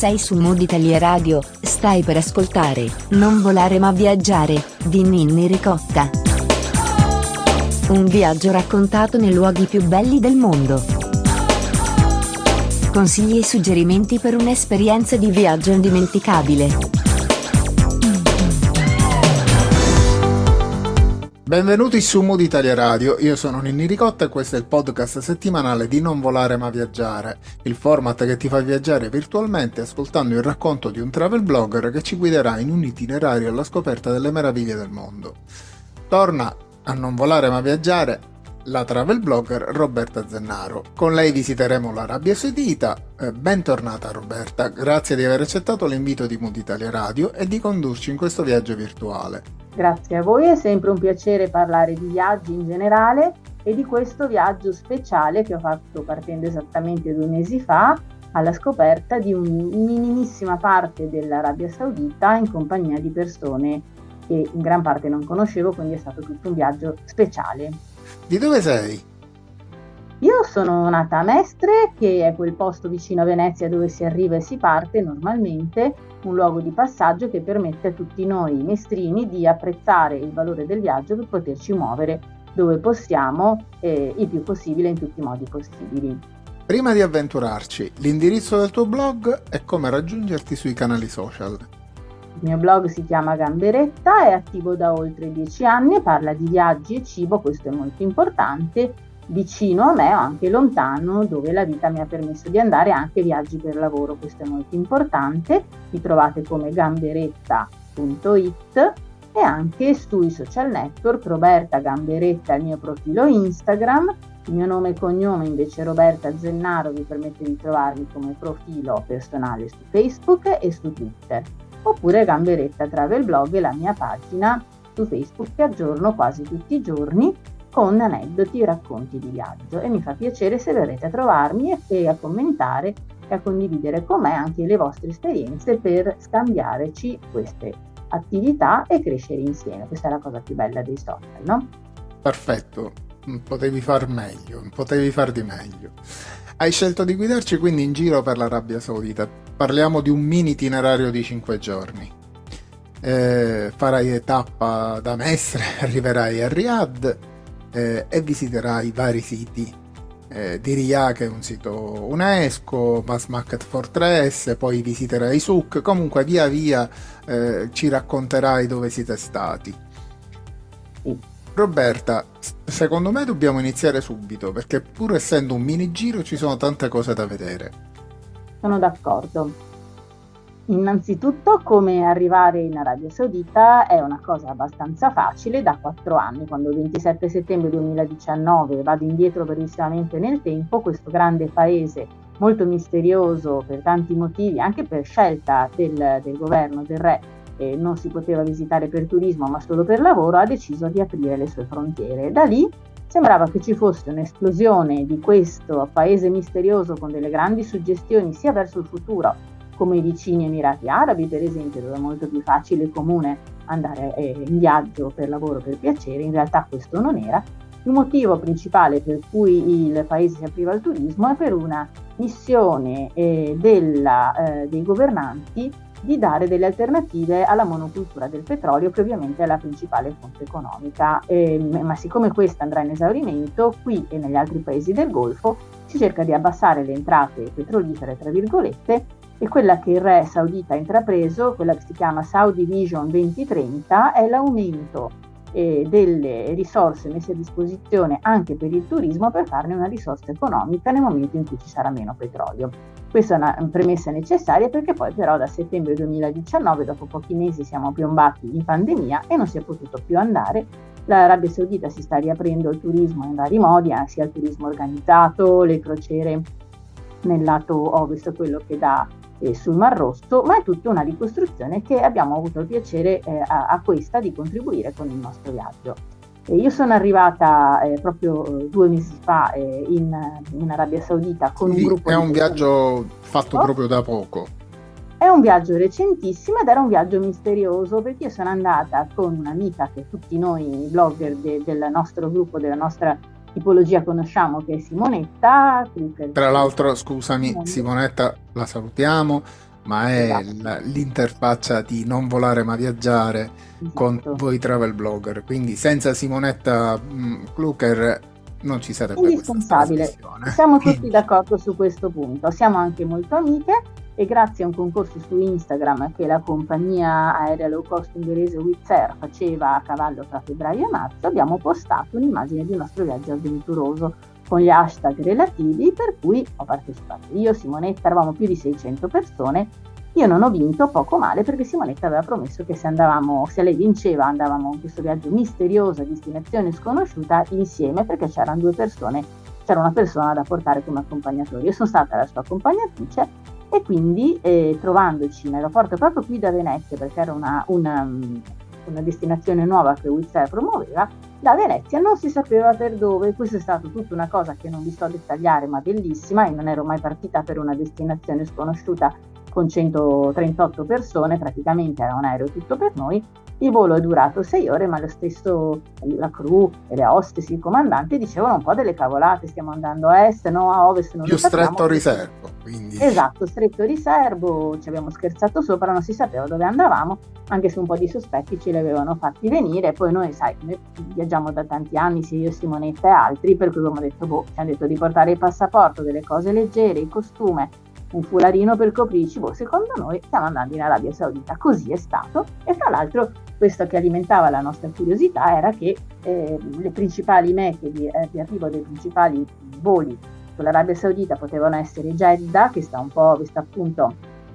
Sei su Mood Italia Radio, stai per ascoltare Non volare ma viaggiare, di Ninni Ricotta. Un viaggio raccontato nei luoghi più belli del mondo. Consigli e suggerimenti per un'esperienza di viaggio indimenticabile. Benvenuti su Mood Italia Radio, io sono Ninni Ricotta e questo è il podcast settimanale di Non volare ma viaggiare, il format che ti fa viaggiare virtualmente ascoltando il racconto di un travel blogger che ci guiderà in un itinerario alla scoperta delle meraviglie del mondo. Torna a Non volare ma viaggiare la travel blogger Roberta Zennaro. Con lei visiteremo l'Arabia Saudita. Bentornata Roberta, grazie di aver accettato l'invito di Mood Italia Radio e di condurci in questo viaggio virtuale. Grazie a voi, è sempre un piacere parlare di viaggi in generale e di questo viaggio speciale che ho fatto partendo esattamente 2 mesi fa alla scoperta di una minimissima parte dell'Arabia Saudita in compagnia di persone che in gran parte non conoscevo, quindi è stato tutto un viaggio speciale. Di dove sei? Io sono nata a Mestre, che è quel posto vicino a Venezia dove si arriva e si parte normalmente, un luogo di passaggio che permette a tutti noi mestrini di apprezzare il valore del viaggio per poterci muovere dove possiamo, il più possibile in tutti i modi possibili. Prima di avventurarci, l'indirizzo del tuo blog e come raggiungerti sui canali social. Il mio blog si chiama Gamberetta, è attivo da oltre 10 anni e parla di viaggi e cibo, questo è molto importante, vicino a me o anche lontano, dove la vita mi ha permesso di andare, anche viaggi per lavoro, questo è molto importante. Mi trovate come gamberetta.it e anche sui social network. Roberta Gamberetta è il mio profilo Instagram, il mio nome e cognome invece Roberta Zennaro vi permette di trovarmi come profilo personale su Facebook e su Twitter, oppure Gamberetta Travel Blog è la mia pagina su Facebook che aggiorno quasi tutti i giorni con aneddoti e racconti di viaggio, e mi fa piacere se verrete a trovarmi e a commentare e a condividere con me anche le vostre esperienze per scambiarci queste attività e crescere insieme. Questa è la cosa più bella dei social, no? Perfetto, potevi far meglio, potevi far di meglio. Hai scelto di guidarci quindi in giro per l'Arabia Saudita. Parliamo di un mini itinerario di 5 giorni. Farai tappa da Mestre, arriverai a Riyadh e visiterai vari siti di Riyadh, che è un sito UNESCO, Masmakhet Fortress, poi visiterai Souk, comunque via via ci racconterai dove siete stati. Roberta, secondo me dobbiamo iniziare subito, perché pur essendo un mini giro ci sono tante cose da vedere. Sono d'accordo. Innanzitutto, come arrivare in Arabia Saudita è una cosa abbastanza facile. Da 4 anni, quando il 27 settembre 2019, vado indietro brevissimamente nel tempo, questo grande paese molto misterioso per tanti motivi, anche per scelta del governo, del re, non si poteva visitare per turismo ma solo per lavoro, ha deciso di aprire le sue frontiere. Da lì sembrava che ci fosse un'esplosione di questo paese misterioso con delle grandi suggestioni sia verso il futuro, come i vicini Emirati Arabi per esempio, dove è molto più facile e comune andare in viaggio per lavoro, per piacere. In realtà questo non era. Il motivo principale per cui il paese si apriva al turismo è per una missione dei governanti di dare delle alternative alla monocultura del petrolio, che ovviamente è la principale fonte economica, ma siccome questa andrà in esaurimento, qui e negli altri paesi del Golfo si cerca di abbassare le entrate petrolifere, tra virgolette, e quella che il re saudita ha intrapreso, quella che si chiama Saudi Vision 2030, è l'aumento delle risorse messe a disposizione anche per il turismo, per farne una risorsa economica nel momento in cui ci sarà meno petrolio. Questa è una premessa necessaria, perché poi però da settembre 2019, dopo pochi mesi, siamo piombati in pandemia e non si è potuto più andare. L'Arabia Saudita si sta riaprendo al turismo in vari modi, sia il turismo organizzato, le crociere nel lato ovest, quello che dà sul Mar Rosso, ma è tutta una ricostruzione che abbiamo avuto il piacere a questa di contribuire con il nostro viaggio. Io sono arrivata proprio 2 mesi fa in Arabia Saudita con un gruppo. È un viaggio fatto proprio da poco. È un viaggio recentissimo ed era un viaggio misterioso, perché io sono andata con un'amica che tutti noi blogger del nostro gruppo, della nostra tipologia conosciamo, che è Simonetta. Tra l'altro, scusami, Simonetta, la salutiamo. ma è Esatto. l'interfaccia di Non volare ma viaggiare con Esatto. voi travel blogger, quindi senza Simonetta Klucker non ci sarebbe questa Indispensabile. trasmissione. Siamo tutti d'accordo su questo punto. Siamo anche molto amiche e grazie a un concorso su Instagram che la compagnia aerea low cost ungherese Wizz Air faceva a cavallo tra febbraio e marzo, abbiamo postato un'immagine di un nostro viaggio avventuroso con gli hashtag relativi, per cui ho partecipato io, Simonetta, eravamo più di 600 persone. Io non ho vinto, poco male, perché Simonetta aveva promesso che se lei vinceva, andavamo in questo viaggio misterioso a destinazione sconosciuta insieme, perché c'erano due persone, c'era una persona da portare come accompagnatore. Io sono stata la sua accompagnatrice e quindi trovandoci in aeroporto proprio qui da Venezia, perché era una destinazione nuova che Wizz Air promuoveva, da Venezia non si sapeva per dove. Questa è stata tutta una cosa che non vi sto a dettagliare, ma bellissima, e non ero mai partita per una destinazione sconosciuta con 138 persone, praticamente era un aereo tutto per noi. Il volo è durato 6 ore, ma lo stesso la crew e le hostess, il comandante dicevano un po' delle cavolate: stiamo andando a est, no a ovest, non Più lo sappiamo. stretto riservo, quindi. Esatto, stretto riservo, ci abbiamo scherzato sopra, non si sapeva dove andavamo, anche se un po' di sospetti ce li avevano fatti venire. Poi noi, sai, noi viaggiamo da tanti anni, sia io, Simonetta e altri, per cui abbiamo detto, ci hanno detto di portare il passaporto, delle cose leggere, il costume, un fularino per coprirci, secondo noi stiamo andando in Arabia Saudita. Così è stato, e tra l'altro questo che alimentava la nostra curiosità era che le principali mete di arrivo dei principali voli sull'Arabia Saudita potevano essere Jeddah, che sta un po' a ovest, appunto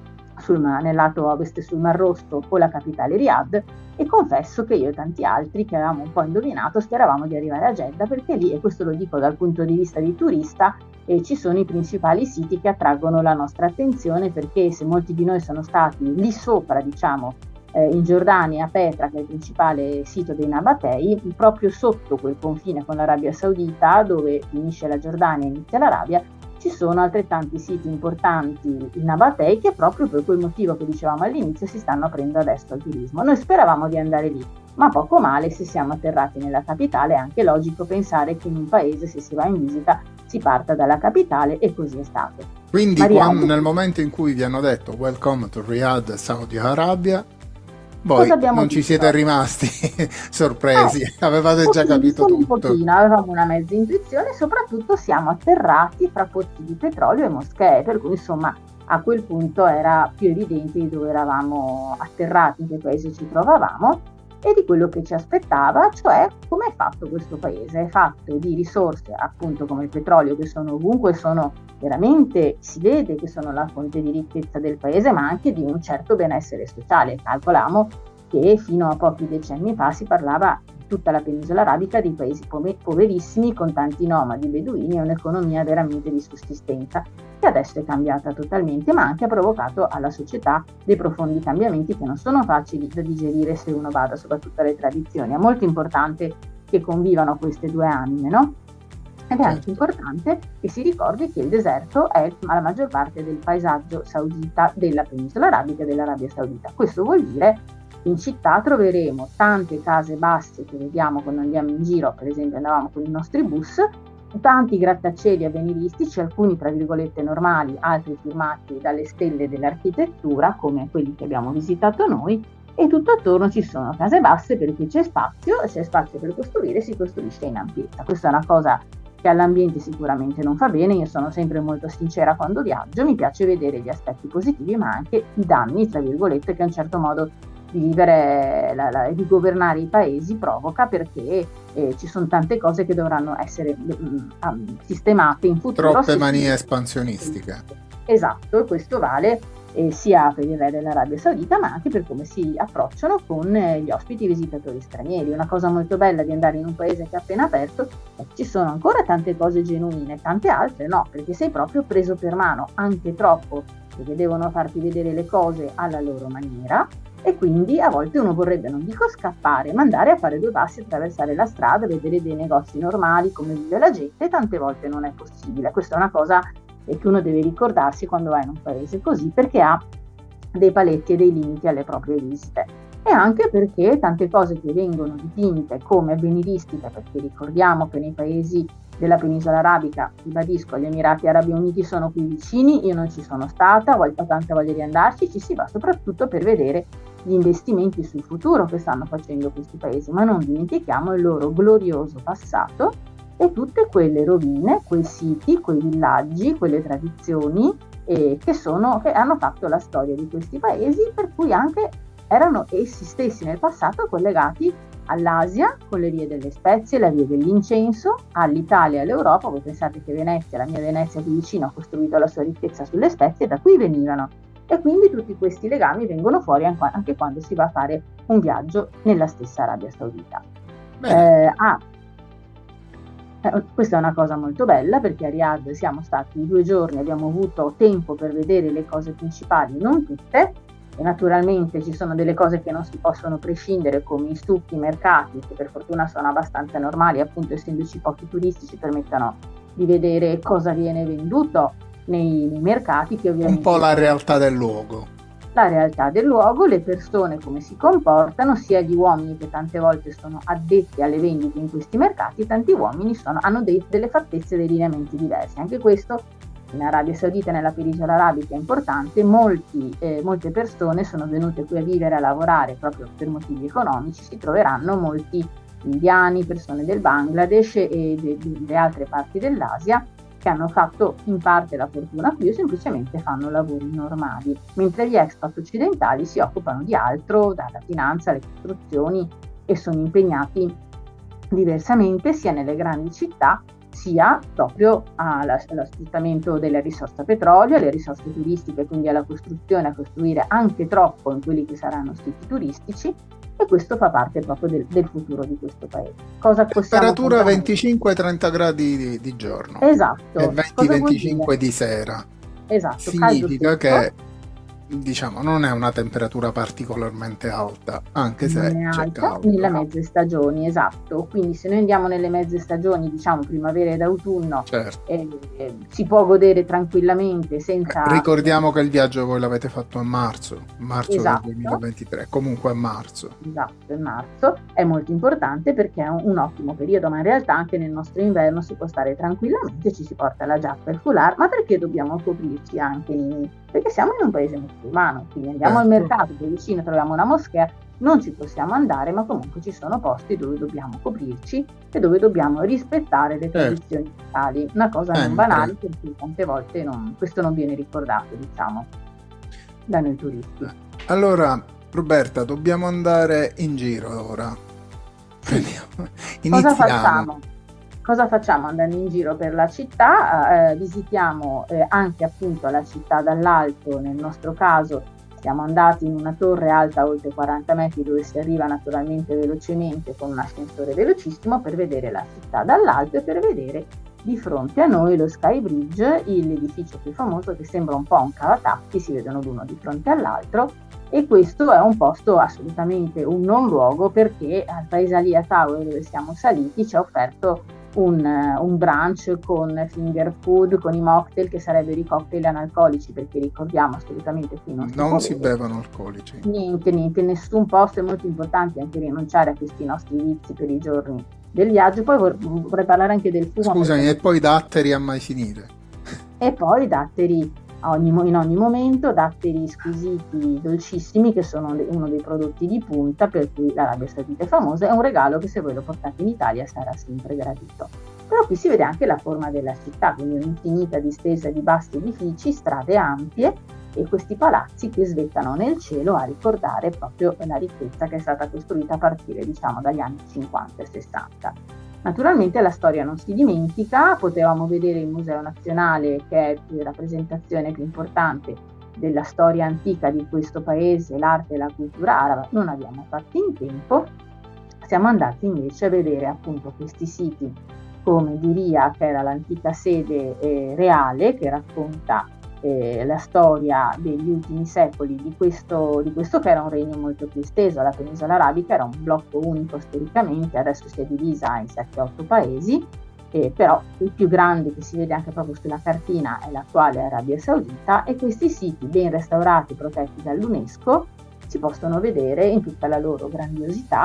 nel lato ovest sul Mar Rosso, o la capitale Riyadh. E confesso che io e tanti altri che avevamo un po' indovinato speravamo di arrivare a Jeddah, perché lì, e questo lo dico dal punto di vista di turista, ci sono i principali siti che attraggono la nostra attenzione, perché se molti di noi sono stati lì sopra, diciamo, in Giordania, a Petra, che è il principale sito dei Nabatei, proprio sotto quel confine con l'Arabia Saudita, dove finisce la Giordania e inizia l'Arabia, ci sono altrettanti siti importanti in Nabatei che proprio per quel motivo che dicevamo all'inizio si stanno aprendo adesso al turismo. Noi speravamo di andare lì, ma poco male, se siamo atterrati nella capitale è anche logico pensare che in un paese, se si va in visita, si parta dalla capitale, e così è stato. Quindi nel momento in cui vi hanno detto Welcome to Riyadh, Saudi Arabia, voi non ci siete rimasti sorpresi, avevate già capito tutto. Un pochino, avevamo una mezza intuizione, soprattutto siamo atterrati fra pozzi di petrolio e moschee, per cui insomma a quel punto era più evidente di dove eravamo atterrati, in che paese ci trovavamo e di quello che ci aspettava, cioè come è fatto questo paese. È fatto di risorse appunto come il petrolio, che sono ovunque, sono veramente, si vede che sono la fonte di ricchezza del paese, ma anche di un certo benessere sociale. Calcolamo che fino a pochi decenni fa si parlava in tutta la penisola arabica di paesi poverissimi, con tanti nomadi beduini e un'economia veramente di sussistenza, che adesso è cambiata totalmente, ma anche ha provocato alla società dei profondi cambiamenti che non sono facili da digerire se uno bada soprattutto alle tradizioni. È molto importante che convivano queste due anime, no? Ed è anche importante che si ricordi che il deserto è la maggior parte del paesaggio saudita, della penisola arabica e dell'Arabia Saudita. Questo vuol dire che in città troveremo tante case basse che vediamo quando andiamo in giro, per esempio andavamo con i nostri bus, tanti grattacieli avveniristici, alcuni tra virgolette normali, altri firmati dalle stelle dell'architettura come quelli che abbiamo visitato noi, e tutto attorno ci sono case basse perché c'è spazio per costruire, si costruisce in ampiezza. Questa è una cosa che all'ambiente sicuramente non fa bene. Io sono sempre molto sincera quando viaggio, mi piace vedere gli aspetti positivi ma anche i danni, tra virgolette, che a un certo modo di vivere di governare i paesi provoca, perché ci sono tante cose che dovranno essere sistemate in futuro. Troppe manie espansionistiche. Esatto, e questo vale sia per il re dell'Arabia Saudita, ma anche per come si approcciano con gli ospiti visitatori stranieri. Una cosa molto bella di andare in un paese che è appena aperto è che ci sono ancora tante cose genuine, tante altre no, perché sei proprio preso per mano, anche troppo, perché devono farti vedere le cose alla loro maniera, e quindi a volte uno vorrebbe, non dico scappare, ma andare a fare due passi, attraversare la strada, vedere dei negozi normali, come vive la gente, e tante volte non è possibile. Questa è una cosa che uno deve ricordarsi quando va in un paese così, perché ha dei paletti e dei limiti alle proprie visite, e anche perché tante cose che vengono dipinte come avveniristiche, perché ricordiamo che nei paesi della penisola arabica. Ribadisco, gli Emirati Arabi Uniti sono qui vicini, io non ci sono stata, ho tanta voglia di andarci, ci si va soprattutto per vedere gli investimenti sul futuro che stanno facendo questi paesi, ma non dimentichiamo il loro glorioso passato e tutte quelle rovine, quei siti, quei villaggi, quelle tradizioni che hanno fatto la storia di questi paesi, per cui anche erano essi stessi nel passato collegati all'Asia con le vie delle spezie, la via dell'incenso, all'Italia e all'Europa. Voi pensate che Venezia, la mia Venezia qui vicino, ha costruito la sua ricchezza sulle spezie, da qui venivano. E quindi tutti questi legami vengono fuori anche quando si va a fare un viaggio nella stessa Arabia Saudita. Questa è una cosa molto bella, perché a Riyadh siamo stati 2 giorni, abbiamo avuto tempo per vedere le cose principali, non tutte, e naturalmente ci sono delle cose che non si possono prescindere, come i succhi, i mercati, che per fortuna sono abbastanza normali, appunto essendoci pochi turisti ci permettono di vedere cosa viene venduto nei mercati, che ovviamente un po' la realtà del luogo. La realtà del luogo, le persone come si comportano, sia gli uomini che tante volte sono addetti alle vendite in questi mercati, tanti uomini hanno delle fattezze e dei lineamenti diversi. Anche questo in Arabia Saudita e nella penisola arabica è importante. Molte persone sono venute qui a vivere e a lavorare proprio per motivi economici. Si troveranno molti indiani, persone del Bangladesh e delle altre parti dell'Asia, che hanno fatto in parte la fortuna qui o semplicemente fanno lavori normali, mentre gli expat occidentali si occupano di altro, dalla finanza alle costruzioni, e sono impegnati diversamente sia nelle grandi città sia proprio allo sfruttamento della risorsa petrolio, alle risorse turistiche, quindi alla costruzione, a costruire anche troppo in quelli che saranno siti turistici, e questo fa parte proprio del futuro di questo paese. Temperatura 25-30 gradi di giorno. Esatto. E 20-25 di sera. Esatto. Significa che, diciamo, non è una temperatura particolarmente alta, anche se c'è caldo. Nelle mezze stagioni, esatto. Quindi se noi andiamo nelle mezze stagioni, diciamo primavera ed autunno, certo, si può godere tranquillamente senza... Ricordiamo che il viaggio voi l'avete fatto a marzo esatto, del 2023, comunque a marzo. Esatto, in marzo è molto importante perché è un ottimo periodo, ma in realtà anche nel nostro inverno si può stare tranquillamente, ci si porta la giacca e il foulard, ma perché dobbiamo coprirci anche perché siamo in un paese musulmano, quindi andiamo al mercato, qui vicino troviamo una moschea, non ci possiamo andare, ma comunque ci sono posti dove dobbiamo coprirci e dove dobbiamo rispettare le tradizioni locali, una cosa non banale, perché tante volte questo non viene ricordato, diciamo, da noi turisti. Allora, Roberta, dobbiamo andare in giro ora. Iniziamo. Cosa facciamo andando in giro per la città? Visitiamo anche appunto la città dall'alto. Nel nostro caso siamo andati in una torre alta oltre 40 metri dove si arriva naturalmente velocemente con un ascensore velocissimo per vedere la città dall'alto e per vedere di fronte a noi lo Sky Bridge, l'edificio più famoso che sembra un po' un cavatappi, si vedono l'uno di fronte all'altro, e questo è un posto assolutamente un non luogo, perché al Paesalia Tower dove siamo saliti ci ha offerto un brunch con finger food, con i mocktail, che sarebbero i cocktail analcolici, perché ricordiamo assolutamente qui non si bevono alcolici. Niente, nessun posto. È molto importante anche rinunciare a questi nostri vizi per i giorni del viaggio. Poi vorrei parlare anche del fumo. Scusami, e poi datteri a mai finire. E poi datteri in ogni momento, datteri squisiti, dolcissimi, che sono uno dei prodotti di punta per cui l'Arabia Saudita è famosa. È un regalo che se voi lo portate in Italia sarà sempre gradito. Però qui si vede anche la forma della città, quindi un'infinita distesa di bassi edifici, strade ampie e questi palazzi che svettano nel cielo a ricordare proprio la ricchezza che è stata costruita a partire, diciamo, dagli anni 50 e 60. Naturalmente la storia non si dimentica, potevamo vedere il Museo Nazionale, che è la rappresentazione più importante della storia antica di questo paese, l'arte e la cultura araba. Non abbiamo fatto in tempo, siamo andati invece a vedere appunto questi siti come Diriyah, che era l'antica sede reale, che racconta la storia degli ultimi secoli di questo che era un regno molto più esteso. La penisola arabica era un blocco unico storicamente, adesso si è divisa in 7-8 paesi, però il più grande, che si vede anche proprio sulla cartina, è l'attuale Arabia Saudita, e questi siti ben restaurati, protetti dall'UNESCO, si possono vedere in tutta la loro grandiosità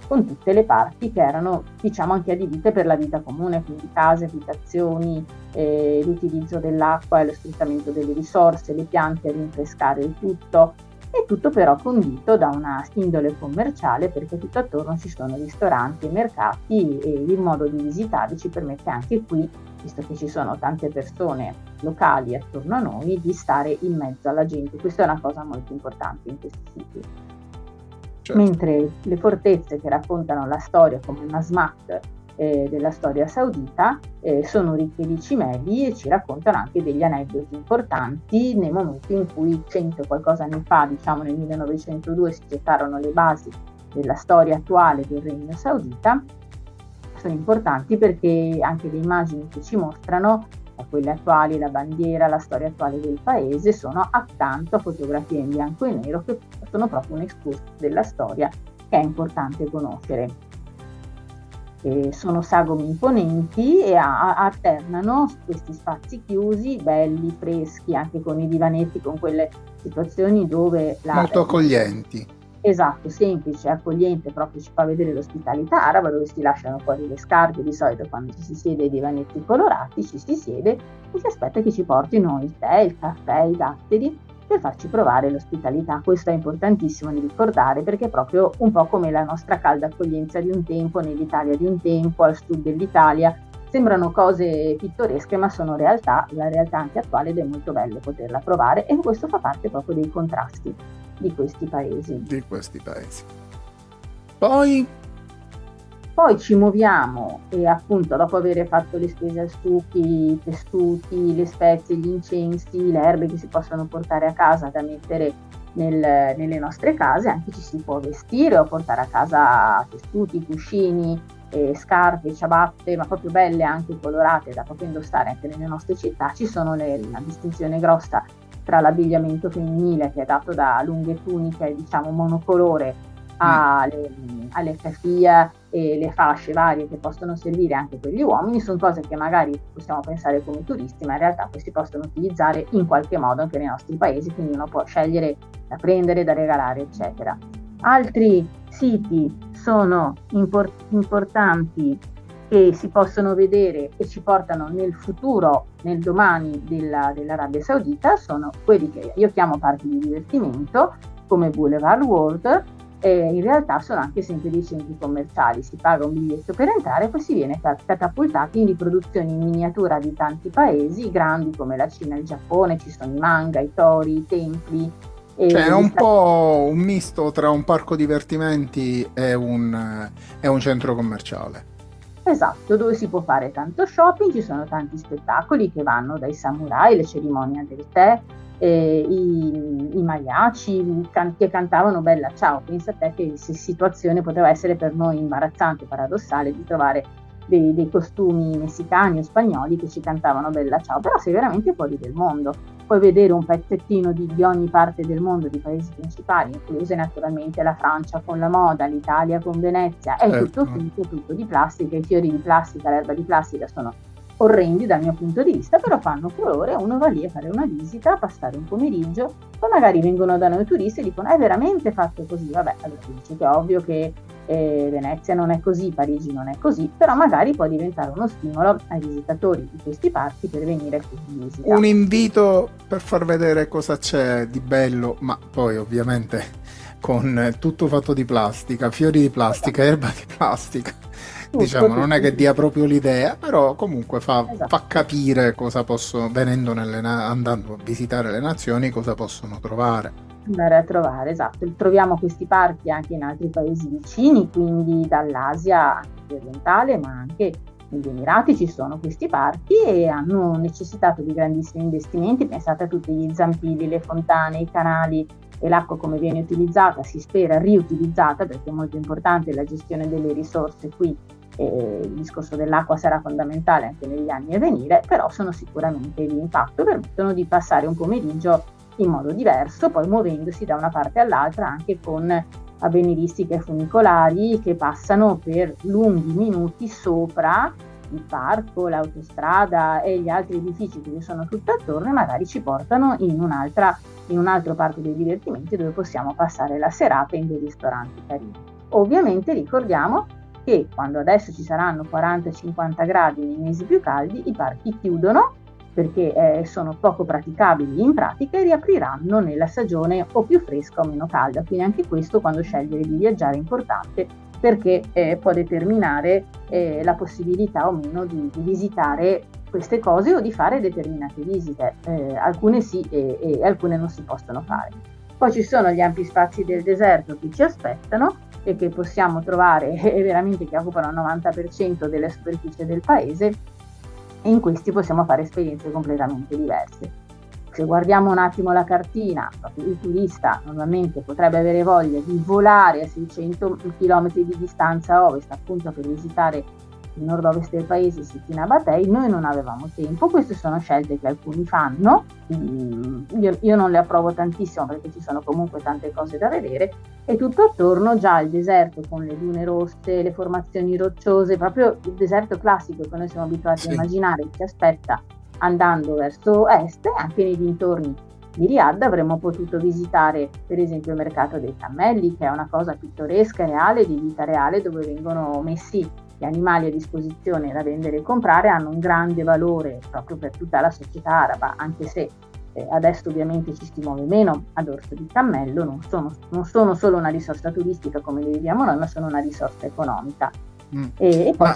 con tutte le parti che erano, diciamo, anche adibite per la vita comune, quindi case, abitazioni, l'utilizzo dell'acqua e lo sfruttamento delle risorse, le piante a rinfrescare il tutto, e tutto però condito da una indole commerciale, perché tutto attorno ci sono ristoranti e mercati, e il modo di visitarli ci permette anche qui, visto che ci sono tante persone locali attorno a noi, di stare in mezzo alla gente. Questa è una cosa molto importante in questi siti. Certo. Mentre le fortezze che raccontano la storia, come Masmak della storia saudita, sono ricche di cimeli e ci raccontano anche degli aneddoti importanti nel momento in cui 100 qualcosa anni fa, diciamo nel 1902, si gettarono le basi della storia attuale del Regno Saudita. Sono importanti perché anche le immagini che ci mostrano, quelle attuali, la bandiera, la storia attuale del paese, sono accanto a fotografie in bianco e nero che sono proprio un excursus della storia che è importante conoscere. Sono sagome imponenti e alternano questi spazi chiusi, belli, freschi, anche con i divanetti, con quelle situazioni dove molto accoglienti. Esatto, semplice, accogliente, proprio ci fa vedere l'ospitalità araba, dove si lasciano fuori le scarpe. Di solito quando ci si siede ai divanetti colorati, ci si siede e si aspetta che ci portino il tè, il caffè, i datteri, per farci provare l'ospitalità. Questo è importantissimo di ricordare, perché è proprio un po' come la nostra calda accoglienza di un tempo, nell'Italia di un tempo, al sud dell'Italia. Sembrano cose pittoresche, ma sono realtà, la realtà anche attuale, ed è molto bello poterla provare, e questo fa parte proprio dei contrasti di questi paesi. Poi ci muoviamo e appunto, dopo aver fatto le spese al succhi, i tessuti, le spezie, gli incensi, le erbe che si possono portare a casa da mettere nelle nostre case, anche ci si può vestire o portare a casa tessuti, cuscini, scarpe, ciabatte, ma proprio belle, anche colorate, da proprio indossare anche nelle nostre città. Ci sono una distinzione grossa tra l'abbigliamento femminile, che è dato da lunghe tuniche, diciamo monocolore, alle keffiyeh e le fasce varie che possono servire anche per gli uomini. Sono cose che magari possiamo pensare come turisti, ma in realtà poi si possono utilizzare in qualche modo anche nei nostri paesi, quindi uno può scegliere da prendere, da regalare, eccetera. Altri siti sono importanti, che si possono vedere e ci portano nel futuro, nel domani dell'Arabia Saudita, sono quelli che io chiamo parchi di divertimento, come Boulevard World. In realtà sono anche sempre dei centri commerciali, si paga un biglietto per entrare e poi si viene catapultati in riproduzioni in miniatura di tanti paesi grandi come la Cina e il Giappone. Ci sono i manga, i tori, i templi. Cioè è un po' un misto tra un parco divertimenti e un centro commerciale. Esatto, dove si può fare tanto shopping, ci sono tanti spettacoli che vanno dai samurai, le cerimonie del tè, i mariachi che cantavano Bella Ciao. Pensa a te che situazione poteva essere per noi imbarazzante, paradossale, di trovare dei costumi messicani o spagnoli che ci cantavano Bella Ciao, però sei veramente fuori del mondo. Puoi vedere un pezzettino di ogni parte del mondo, di paesi principali, incluse naturalmente la Francia con la moda, l'Italia con Venezia. È tutto finito, tutto di plastica, i fiori di plastica, l'erba di plastica sono orrendi dal mio punto di vista, però fanno colore. Uno va lì a fare una visita, a passare un pomeriggio, poi magari vengono da noi turisti e dicono è veramente fatto così. Vabbè, allora dici che è ovvio che Venezia non è così, Parigi non è così, però magari può diventare uno stimolo ai visitatori di questi parchi per venire qui in visita. Un invito per far vedere cosa c'è di bello, ma poi ovviamente con tutto fatto di plastica, fiori di plastica, erba di plastica. Diciamo, non è che dia proprio l'idea, però comunque fa capire cosa possono, andando a visitare le nazioni, cosa possono trovare. Andare a trovare, esatto. Troviamo questi parchi anche in altri paesi vicini, quindi dall'Asia anche orientale, ma anche negli Emirati ci sono questi parchi e hanno necessitato di grandissimi investimenti. Pensate a tutti gli zampilli, le fontane, i canali, e l'acqua come viene utilizzata, si spera riutilizzata, perché è molto importante la gestione delle risorse qui. Il discorso dell'acqua sarà fondamentale anche negli anni a venire, però sono sicuramente di impatto, permettono di passare un pomeriggio in modo diverso, poi muovendosi da una parte all'altra anche con avveniristiche funicolari che passano per lunghi minuti sopra il parco, l'autostrada e gli altri edifici che ci sono tutto attorno, e magari ci portano in un altro parco dei divertimenti dove possiamo passare la serata in dei ristoranti carini. Ovviamente ricordiamo che quando adesso ci saranno 40-50 gradi nei mesi più caldi, i parchi chiudono perché sono poco praticabili in pratica e riapriranno nella stagione o più fresca o meno calda. Quindi anche questo, quando scegliere di viaggiare, è importante, perché può determinare la possibilità o meno di visitare queste cose o di fare determinate visite. Alcune sì e alcune non si possono fare. Poi ci sono gli ampi spazi del deserto che ci aspettano e che possiamo trovare veramente, che occupano il 90% della superficie del paese, e in questi possiamo fare esperienze completamente diverse. Se guardiamo un attimo la cartina, il turista normalmente potrebbe avere voglia di volare a 600 km di distanza a ovest, appunto per visitare il nord-ovest del paese, Sitina Batei. Noi non avevamo tempo. Queste sono scelte che alcuni fanno, io non le approvo tantissimo perché ci sono comunque tante cose da vedere, e tutto attorno già il deserto con le dune rosse, le formazioni rocciose, proprio il deserto classico che noi siamo abituati a immaginare ci aspetta andando verso est. E anche nei dintorni di Riyadh avremmo potuto visitare per esempio il mercato dei cammelli, che è una cosa pittoresca e reale, di vita reale, dove vengono messi gli animali a disposizione da vendere e comprare. Hanno un grande valore proprio per tutta la società araba, anche se adesso ovviamente ci si muove meno ad orso di cammello. Non sono solo una risorsa turistica come le viviamo noi, ma sono una risorsa economica. E poi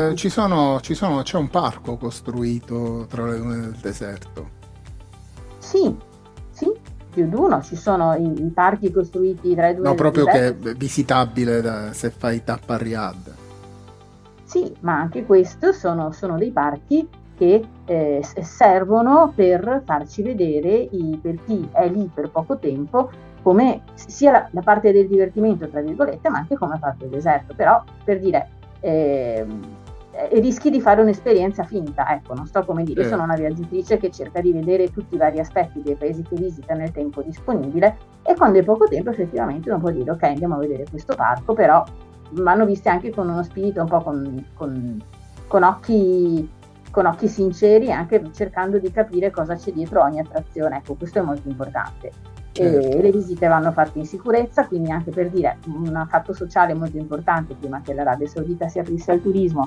c'è un parco costruito tra le dune del deserto? Sì, più di uno. Ci sono i parchi costruiti tra le dune del proprio deserto. che è visitabile se fai tappa a Riyadh. Sì, ma anche questo sono dei parchi che servono per farci vedere, per chi è lì per poco tempo, come sia la parte del divertimento, tra virgolette, ma anche come parte del deserto. Però, per dire, rischi di fare un'esperienza finta, ecco, non so come dire. Io sono una viaggiatrice che cerca di vedere tutti i vari aspetti dei paesi che visita nel tempo disponibile, e quando è poco tempo effettivamente uno può dire ok, andiamo a vedere questo parco, però vanno viste anche con uno spirito un po' con occhi sinceri, anche cercando di capire cosa c'è dietro ogni attrazione. Ecco, questo è molto importante. E le visite vanno fatte in sicurezza, quindi, anche per dire, un fatto sociale molto importante prima che l'Arabia Saudita si aprisse al turismo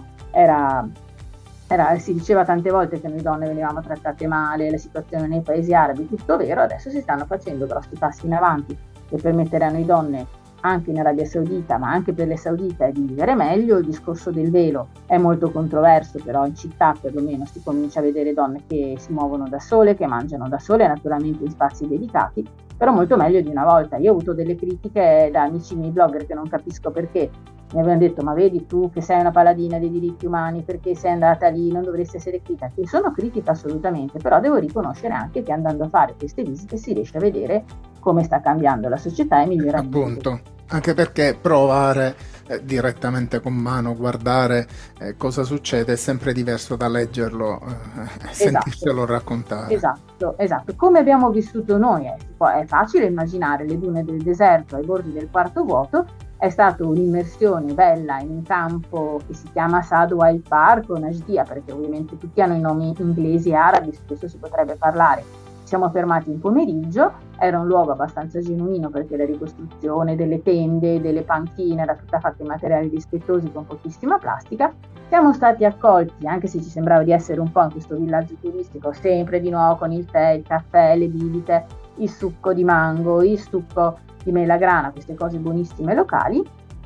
si diceva tante volte che noi donne venivamo trattate male, la situazione nei paesi arabi, tutto vero. Adesso si stanno facendo grossi passi in avanti che permetteranno a noi donne anche in Arabia Saudita, ma anche per le saudite, di vivere meglio. Il discorso del velo è molto controverso, però in città perlomeno si comincia a vedere donne che si muovono da sole, che mangiano da sole, naturalmente in spazi dedicati, però molto meglio di una volta. Io ho avuto delle critiche da amici miei blogger che non capisco perché mi avevano detto: ma vedi tu che sei una paladina dei diritti umani, perché sei andata lì, non dovresti essere critica. Io sono critica assolutamente, però devo riconoscere anche che andando a fare queste visite si riesce a vedere come sta cambiando la società e migliorando. Appunto, anche perché provare direttamente con mano, guardare cosa succede, è sempre diverso da leggerlo e sentirselo raccontare. Esatto. Come abbiamo vissuto noi, è facile immaginare le dune del deserto ai bordi del quarto vuoto. È stata un'immersione bella in un campo che si chiama Saad Wild Park o Najdia, perché ovviamente tutti hanno i nomi inglesi e arabi, su questo si potrebbe parlare. Ci siamo fermati in pomeriggio, era un luogo abbastanza genuino perché la ricostruzione delle tende, delle panchine era tutta fatta in materiali rispettosi con pochissima plastica. Siamo stati accolti, anche se ci sembrava di essere un po' in questo villaggio turistico, sempre di nuovo con il tè, il caffè, le bibite, il succo di mango, il succo di melagrana, queste cose buonissime locali.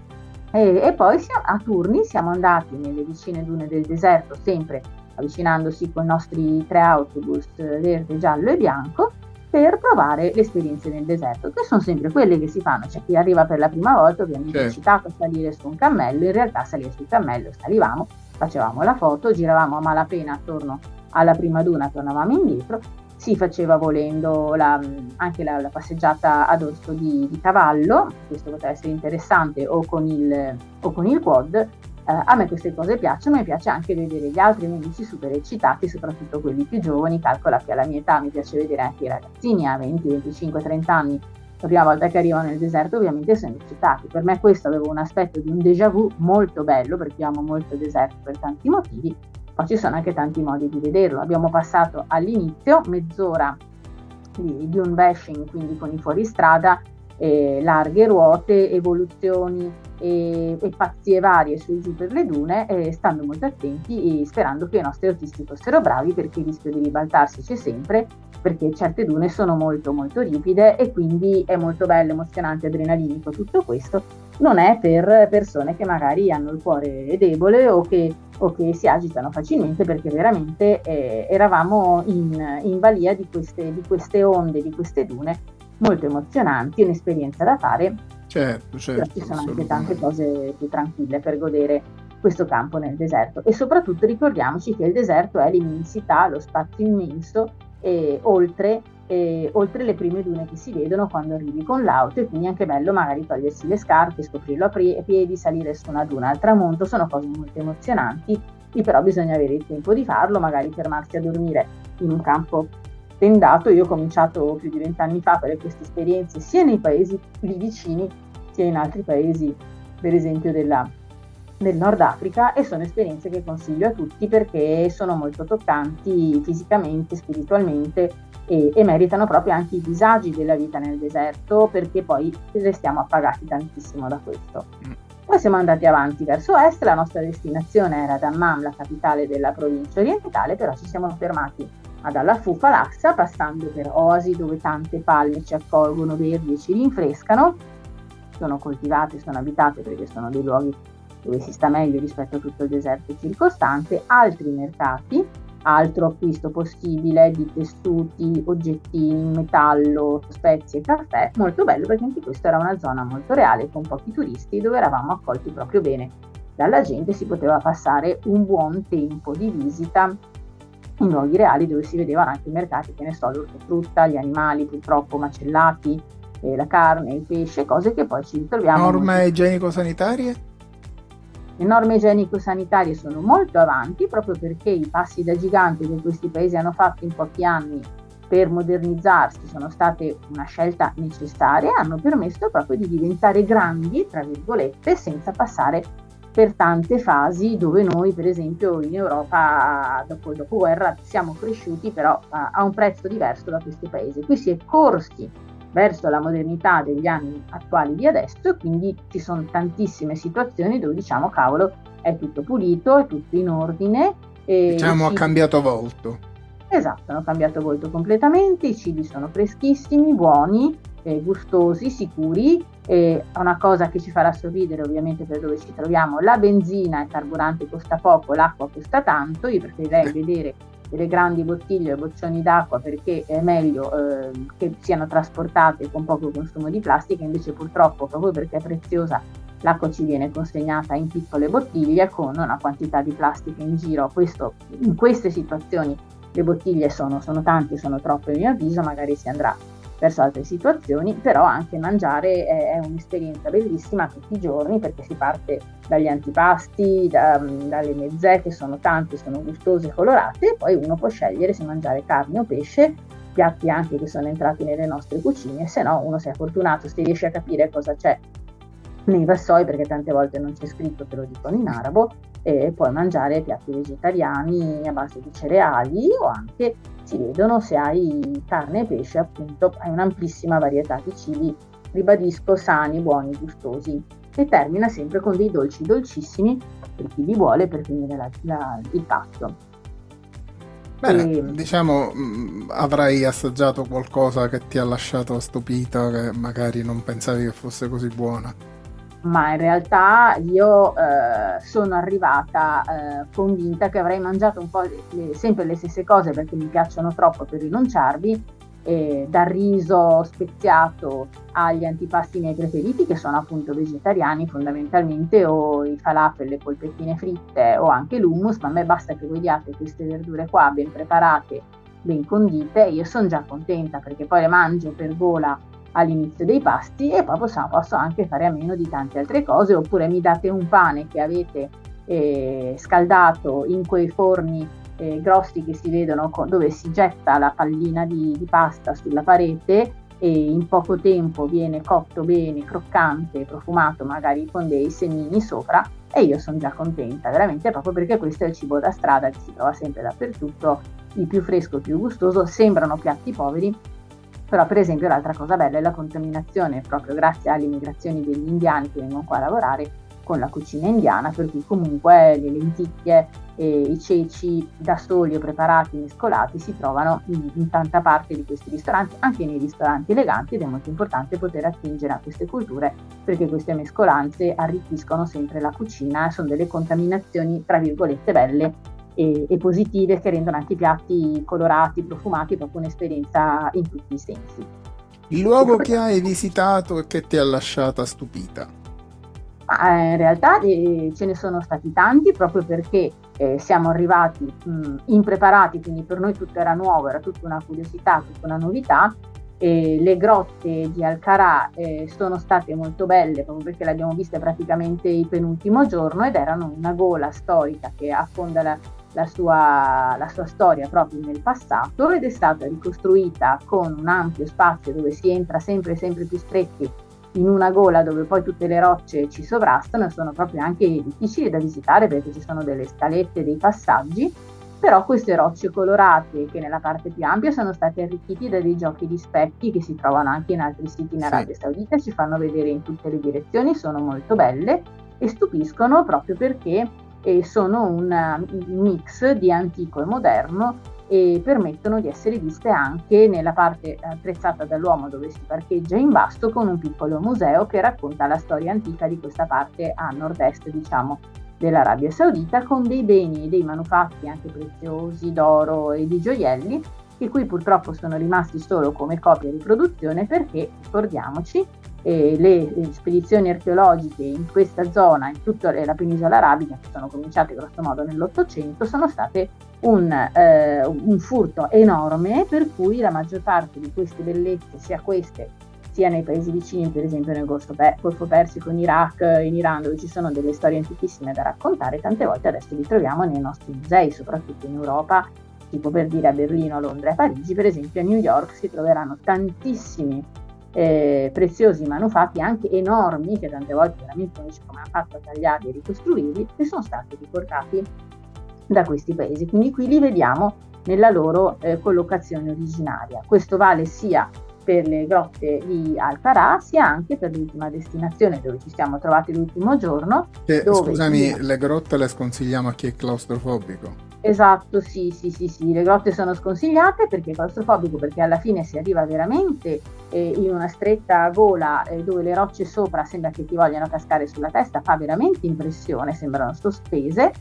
E poi a turni siamo andati nelle vicine dune del deserto, sempre avvicinandosi con i nostri 3 autobus verde, giallo e bianco, per provare le esperienze nel deserto, che sono sempre quelle che si fanno. C'è chi arriva per la prima volta, ovviamente è citato a salire su un cammello. In realtà salire sul cammello, salivamo, facevamo la foto, giravamo a malapena attorno alla prima duna, tornavamo indietro. Si faceva volendo anche la passeggiata ad orso di cavallo, questo poteva essere interessante, o con il quad. A me queste cose piacciono, mi piace anche vedere gli altri miei amici super eccitati, soprattutto quelli più giovani. Calcola che alla mia età mi piace vedere anche i ragazzini a 20, 25, 30 anni, la prima volta che arrivano nel deserto ovviamente sono eccitati. Per me questo aveva un aspetto di un déjà vu molto bello, perché io amo molto il deserto per tanti motivi. Poi ci sono anche tanti modi di vederlo. Abbiamo passato all'inizio mezz'ora di un bashing, quindi con i fuoristrada, larghe ruote, evoluzioni e pazzie varie su e giù per le dune, stando molto attenti e sperando che i nostri autisti fossero bravi, perché il rischio di ribaltarsi c'è sempre, perché certe dune sono molto molto ripide e quindi è molto bello, emozionante, adrenalinico tutto questo. Non è per persone che magari hanno il cuore debole o che si agitano facilmente, perché veramente eravamo in balia di queste onde, di queste dune molto emozionanti, un'esperienza da fare. Certo, però ci sono anche tante cose più tranquille per godere questo campo nel deserto. E soprattutto ricordiamoci che il deserto è l'immensità, lo spazio immenso, oltre le prime dune che si vedono quando arrivi con l'auto, e quindi è anche bello magari togliersi le scarpe, scoprirlo a piedi, salire su una duna al tramonto. Sono cose molto emozionanti, e però bisogna avere il tempo di farlo, magari fermarsi a dormire in un campo tendato. Io ho cominciato più di 20 anni fa a fare queste esperienze sia nei paesi lì vicini sia in altri paesi, per esempio del Nord Africa, e sono esperienze che consiglio a tutti perché sono molto toccanti fisicamente, spiritualmente, e meritano proprio anche i disagi della vita nel deserto, perché poi restiamo appagati tantissimo da questo. Poi siamo andati avanti verso est, la nostra destinazione era Dammam, la capitale della provincia orientale, però ci siamo fermati ad Al-Hafuf al-Aqsa, passando per oasi dove tante palme ci accolgono verdi e ci rinfrescano. Sono coltivate, sono abitate, perché sono dei luoghi dove si sta meglio rispetto a tutto il deserto circostante. Altri mercati, altro acquisto possibile di tessuti, oggettini, metallo, spezie, caffè, molto bello, perché anche questa era una zona molto reale con pochi turisti, dove eravamo accolti proprio bene dalla gente. Si poteva passare un buon tempo di visita in luoghi reali dove si vedevano anche i mercati, che ne so, l'ortofrutta, gli animali purtroppo macellati, la carne, il pesce, cose che poi ci ritroviamo. Norme igienico-sanitarie? Le norme igienico-sanitarie sono molto avanti, proprio perché i passi da gigante che questi paesi hanno fatto in pochi anni per modernizzarsi sono state una scelta necessaria, hanno permesso proprio di diventare grandi, tra virgolette, senza passare per tante fasi dove noi, per esempio, in Europa dopo il dopoguerra siamo cresciuti, però a un prezzo diverso da questi paesi. Qui si è corsi verso la modernità degli anni attuali di adesso, e quindi ci sono tantissime situazioni dove diciamo cavolo, è tutto pulito, è tutto in ordine. Diciamo ha cambiato volto. Esatto, hanno cambiato volto completamente, i cibi sono freschissimi, buoni, gustosi, sicuri. Una cosa che ci farà sorridere ovviamente per dove ci troviamo: la benzina e il carburante costa poco, l'acqua costa tanto. Io preferirei vedere delle grandi bottiglie o boccioni d'acqua, perché è meglio che siano trasportate con poco consumo di plastica. Invece purtroppo, proprio perché è preziosa, l'acqua ci viene consegnata in piccole bottiglie con una quantità di plastica in giro. In queste situazioni le bottiglie sono tante, sono troppe a mio avviso, magari si andrà verso altre situazioni. Però anche mangiare è un'esperienza bellissima tutti i giorni, perché si parte dagli antipasti, dalle mezzè, che sono tante, sono gustose e colorate, e poi uno può scegliere se mangiare carne o pesce, piatti anche che sono entrati nelle nostre cucine. Se no, uno, se è fortunato, se riesce a capire cosa c'è nei vassoi, perché tante volte non c'è scritto, te lo dicono in arabo, e puoi mangiare piatti vegetariani a base di cereali, o anche si vedono, se hai carne e pesce, appunto hai un'amplissima varietà di cibi, ribadisco, sani, buoni, gustosi. E termina sempre con dei dolci dolcissimi per chi li vuole, per finire il pasto. Bene, diciamo, avrai assaggiato qualcosa che ti ha lasciato stupita, che magari non pensavi che fosse così buona? Ma in realtà io sono arrivata convinta che avrei mangiato un po' sempre le stesse cose, perché mi piacciono troppo per rinunciarvi, dal riso speziato agli antipasti miei preferiti, che sono appunto vegetariani fondamentalmente, o i falafel, le polpettine fritte, o anche l'hummus. Ma a me basta che voi diate queste verdure qua ben preparate, ben condite, io sono già contenta, perché poi le mangio per gola all'inizio dei pasti, e poi posso anche fare a meno di tante altre cose. Oppure mi date un pane che avete scaldato in quei forni grossi che si vedono, dove si getta la pallina di pasta sulla parete, e in poco tempo viene cotto bene, croccante, profumato, magari con dei semini sopra, e io sono già contenta, veramente, proprio perché questo è il cibo da strada che si trova sempre dappertutto, il più fresco, il più gustoso. Sembrano piatti poveri, Però per esempio l'altra cosa bella è la contaminazione, proprio grazie alle migrazioni degli indiani che vengono qua a lavorare con la cucina indiana, per cui comunque le lenticchie e i ceci da soli o preparati mescolati si trovano in tanta parte di questi ristoranti, anche nei ristoranti eleganti, ed è molto importante poter attingere a queste culture perché queste mescolanze arricchiscono sempre la cucina, sono delle contaminazioni tra virgolette belle e positive che rendono anche i piatti colorati, profumati, proprio un'esperienza in tutti i sensi. Il luogo che hai visitato e che ti ha lasciata stupita? In realtà ce ne sono stati tanti, proprio perché siamo arrivati impreparati, quindi per noi tutto era nuovo, era tutta una curiosità, tutta una novità. Le grotte di Alcarà sono state molto belle proprio perché le abbiamo viste praticamente il penultimo giorno ed erano una gola storica che affonda la sua storia proprio nel passato, ed è stata ricostruita con un ampio spazio dove si entra sempre più stretti in una gola dove poi tutte le rocce ci sovrastano e sono proprio anche difficili da visitare perché ci sono delle scalette, dei passaggi, però queste rocce colorate che nella parte più ampia sono state arricchite da dei giochi di specchi che si trovano anche in altri siti in Arabia Saudita, ci fanno vedere in tutte le direzioni, sono molto belle e stupiscono proprio perché sono un mix di antico e moderno e permettono di essere viste anche nella parte attrezzata dall'uomo dove si parcheggia in basso, con un piccolo museo che racconta la storia antica di questa parte a nord-est, diciamo, dell'Arabia Saudita, con dei beni e dei manufatti anche preziosi d'oro e di gioielli che qui purtroppo sono rimasti solo come copia di riproduzione perché, ricordiamoci, le spedizioni archeologiche in questa zona, in tutta la penisola arabica, che sono cominciate grosso modo nell'800, sono state un furto enorme, per cui la maggior parte di queste bellezze, sia nei paesi vicini, per esempio nel Golfo Persico, in Iraq, in Iran, dove ci sono delle storie antichissime da raccontare, tante volte adesso li troviamo nei nostri musei, soprattutto in Europa, tipo per dire a Berlino, Londra e Parigi. Per esempio a New York si troveranno tantissimi preziosi manufatti, anche enormi, che tante volte veramente non ci come hanno fatto a tagliarli e ricostruirli, che sono stati riportati da questi paesi. Quindi qui li vediamo nella loro collocazione originaria. Questo vale sia per le grotte di Alcarà sia anche per l'ultima destinazione dove ci siamo trovati l'ultimo giorno. Scusami, le grotte le sconsigliamo a chi è claustrofobico? Esatto, sì, le grotte sono sconsigliate perché è claustrofobico, perché alla fine si arriva veramente in una stretta gola dove le rocce sopra sembra che ti vogliano cascare sulla testa, fa veramente impressione, sembrano sospese.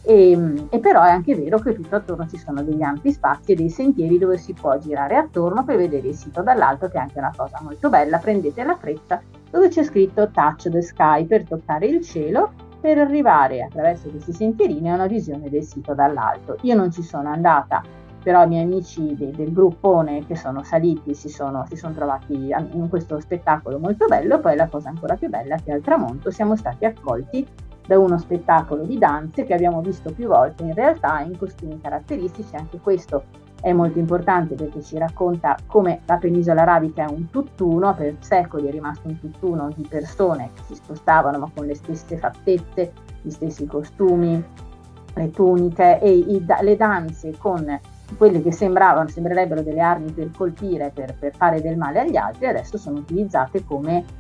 E però è anche vero che tutto attorno ci sono degli ampi spazi e dei sentieri dove si può girare attorno per vedere il sito dall'alto, che è anche una cosa molto bella. Prendete la freccia dove c'è scritto Touch the Sky per toccare il cielo, per arrivare attraverso questi sentierini a una visione del sito dall'alto. Io non ci sono andata, però i miei amici del gruppone che sono saliti si sono trovati in questo spettacolo molto bello. Poi la cosa ancora più bella è che al tramonto siamo stati accolti da uno spettacolo di danze che abbiamo visto più volte in realtà in costumi caratteristici. Anche questo è molto importante perché ci racconta come la penisola arabica è un tutt'uno, per secoli è rimasto un tutt'uno di persone che si spostavano ma con le stesse fattezze, gli stessi costumi, le tuniche e le danze con quelle che sembrerebbero delle armi per colpire, per fare del male agli altri, adesso sono utilizzate come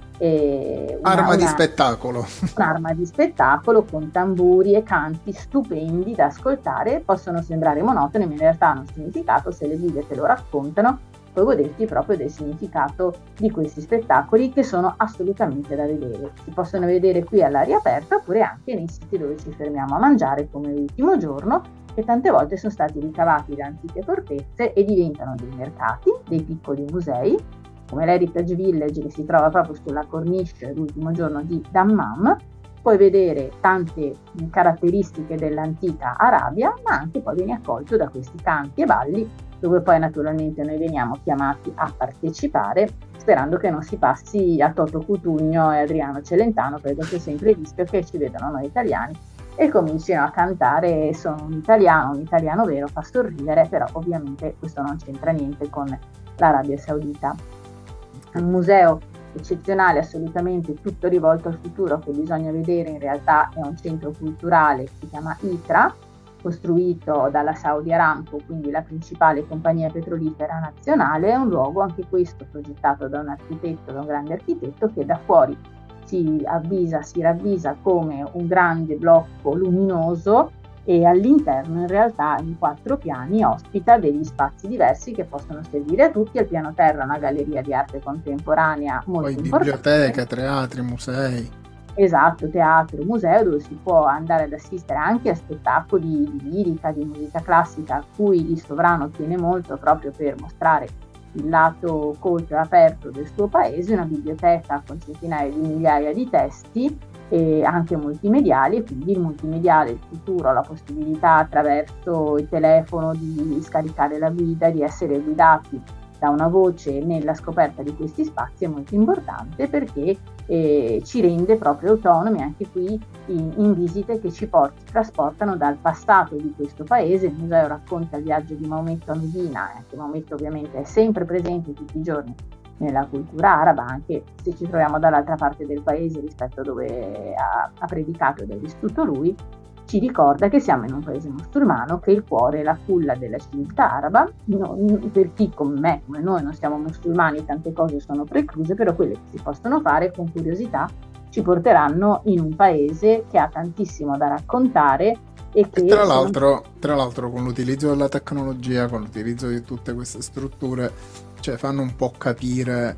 arma di spettacolo. Un'arma di spettacolo con tamburi e canti stupendi da ascoltare. Possono sembrare monotone, ma in realtà hanno un significato. Se le guide te lo raccontano, puoi goderti proprio del significato di questi spettacoli, che sono assolutamente da vedere. Si possono vedere qui all'aria aperta oppure anche nei siti dove ci fermiamo a mangiare, come l'ultimo giorno, che tante volte sono stati ricavati da antiche fortezze e diventano dei mercati, dei piccoli musei, come l'Heritage Village che si trova proprio sulla cornice l'ultimo giorno di Dammam. Puoi vedere tante caratteristiche dell'antica Arabia, ma anche poi vieni accolto da questi canti e balli, dove poi naturalmente noi veniamo chiamati a partecipare, sperando che non si passi a Toto Cutugno e Adriano Celentano, perché c'è sempre il rischio che ci vedano noi italiani e cominciano a cantare sono un italiano vero, fa sorridere, però ovviamente questo non c'entra niente con l'Arabia Saudita. Un museo eccezionale, assolutamente tutto rivolto al futuro, che bisogna vedere. In realtà è un centro culturale che si chiama ITRA, costruito dalla Saudi Aramco, quindi la principale compagnia petrolifera nazionale. È un luogo, anche questo, progettato da un grande architetto, che da fuori si ravvisa come un grande blocco luminoso, e all'interno in realtà in 4 piani ospita degli spazi diversi che possono servire a tutti. Al piano terra una galleria di arte contemporanea molto importante. Biblioteche, teatri, musei. Esatto, teatro, museo, dove si può andare ad assistere anche a spettacoli di lirica, di musica classica, a cui il sovrano tiene molto proprio per mostrare il lato colto e aperto del suo paese. Una biblioteca con centinaia di migliaia di testi, e anche multimediali, quindi il multimediale, il futuro, la possibilità attraverso il telefono di scaricare la guida, di essere guidati da una voce nella scoperta di questi spazi, è molto importante, perché ci rende proprio autonomi anche qui in visite che ci trasportano dal passato di questo paese. Il museo racconta il viaggio di Maometto a Medina, e anche Maometto ovviamente è sempre presente tutti i giorni nella cultura araba, anche se ci troviamo dall'altra parte del paese rispetto a dove ha predicato ed è vissuto lui. Ci ricorda che siamo in un paese musulmano, che il cuore è la culla della civiltà araba. Per chi come me, come noi, non siamo musulmani, tante cose sono precluse, però quelle che si possono fare con curiosità ci porteranno in un paese che ha tantissimo da raccontare, e che tra l'altro con l'utilizzo della tecnologia, con l'utilizzo di tutte queste strutture, cioè fanno un po' capire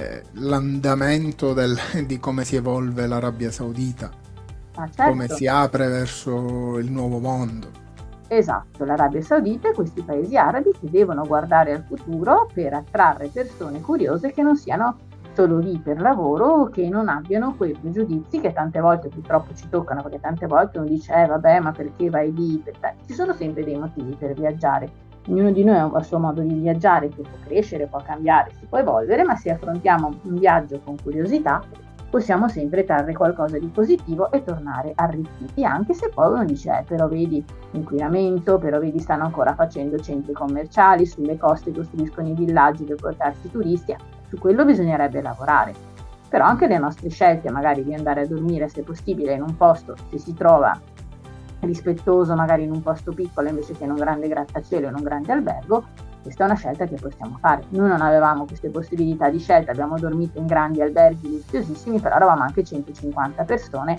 l'andamento di come si evolve l'Arabia Saudita, certo, come si apre verso il nuovo mondo. Esatto, l'Arabia Saudita e questi paesi arabi che devono guardare al futuro per attrarre persone curiose che non siano solo lì per lavoro, che non abbiano quei pregiudizi che tante volte purtroppo ci toccano, perché tante volte uno dice vabbè, ma perché vai lì? Ci sono sempre dei motivi per viaggiare. Ognuno di noi ha il suo modo di viaggiare, che può crescere, può cambiare, si può evolvere, ma se affrontiamo un viaggio con curiosità possiamo sempre trarre qualcosa di positivo e tornare arricchiti, anche se poi uno dice però vedi l'inquinamento, però vedi stanno ancora facendo centri commerciali, sulle coste costruiscono i villaggi per portarsi turisti. Su quello bisognerebbe lavorare, però anche le nostre scelte magari di andare a dormire, se possibile, in un posto, se si trova rispettoso, magari in un posto piccolo invece che in un grande grattacielo, in un grande albergo, questa è una scelta che possiamo fare. Noi non avevamo queste possibilità di scelta, abbiamo dormito in grandi alberghi lussuosissimi, però eravamo anche 150 persone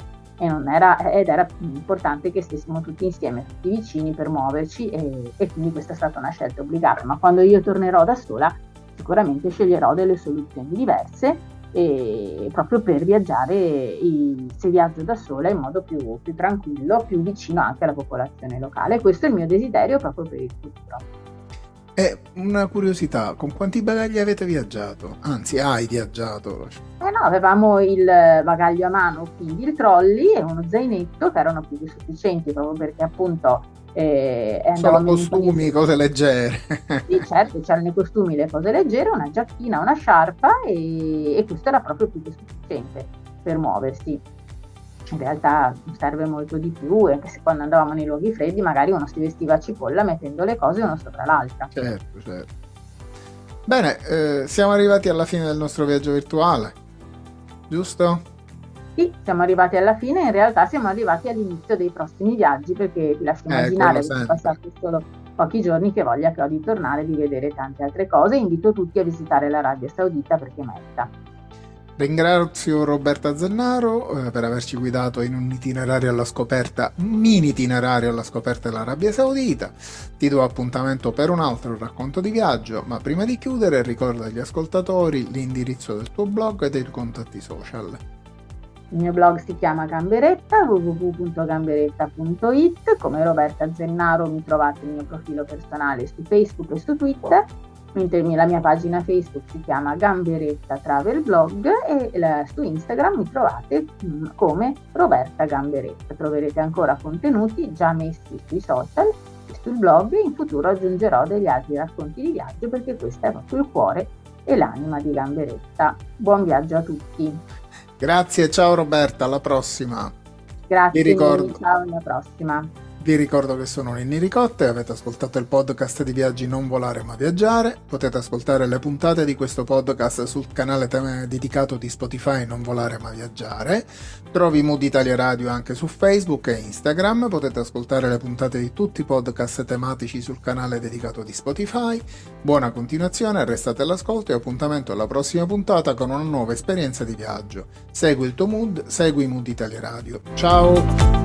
ed era importante che stessimo tutti insieme, tutti vicini, per muoverci, e quindi questa è stata una scelta obbligata. Ma quando io tornerò da sola sicuramente sceglierò delle soluzioni diverse, e proprio per viaggiare, se viaggio da sola, in modo più tranquillo, più vicino anche alla popolazione locale. Questo è il mio desiderio proprio per il futuro. E una curiosità, con quanti bagagli avete viaggiato? Anzi, hai viaggiato? No, avevamo il bagaglio a mano, quindi il trolley e uno zainetto, che erano più che sufficienti, proprio perché appunto solo costumi, cose leggere. Sì, certo, c'erano i costumi, le cose leggere, una giacchina, una sciarpa, e questo era proprio più che sufficiente per muoversi. In realtà serve molto di più, anche se quando andavamo nei luoghi freddi magari uno si vestiva a cipolla mettendo le cose una sopra l'altra. Certo. Bene, siamo arrivati alla fine del nostro viaggio virtuale, giusto? Sì, siamo arrivati alla fine. In realtà siamo arrivati all'inizio dei prossimi viaggi, perché ti lascio immaginare che sono passati solo pochi giorni, che voglia che ho di tornare, di vedere tante altre cose. Invito tutti a visitare l'Arabia Saudita perché merita. Ringrazio Roberta Zennaro per averci guidato in un mini itinerario alla scoperta dell'Arabia Saudita. Ti do appuntamento per un altro racconto di viaggio, ma prima di chiudere ricorda agli ascoltatori l'indirizzo del tuo blog e dei contatti social. Il mio blog si chiama Gamberetta, www.gamberetta.it. Come Roberta Zennaro mi trovate il mio profilo personale su Facebook e su Twitter, mentre la mia pagina Facebook si chiama Gamberetta Travel Blog, e su Instagram mi trovate come Roberta Gamberetta. Troverete ancora contenuti già messi sui social e sul blog, e in futuro aggiungerò degli altri racconti di viaggio, perché questo è proprio il cuore e l'anima di Gamberetta. Buon viaggio a tutti. Grazie, ciao Roberta, alla prossima. Grazie, ciao, alla prossima. Vi ricordo che sono Ninni Ricotta e avete ascoltato il podcast di Viaggi Non Volare Ma Viaggiare. Potete ascoltare le puntate di questo podcast sul canale dedicato di Spotify Non Volare Ma Viaggiare. Trovi Mood Italia Radio anche su Facebook e Instagram. Potete ascoltare le puntate di tutti i podcast tematici sul canale dedicato di Spotify. Buona continuazione, restate all'ascolto e appuntamento alla prossima puntata con una nuova esperienza di viaggio. Segui il tuo mood, segui Mood Italia Radio. Ciao!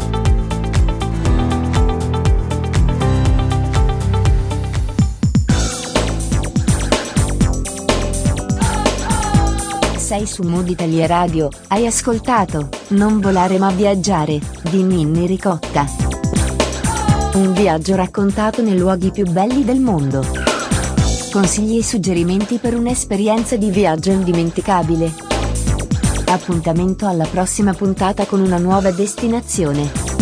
Sei su Mood Italia Radio, hai ascoltato Non volare ma viaggiare, di Ninni Ricotta. Un viaggio raccontato nei luoghi più belli del mondo. Consigli e suggerimenti per un'esperienza di viaggio indimenticabile. Appuntamento alla prossima puntata con una nuova destinazione.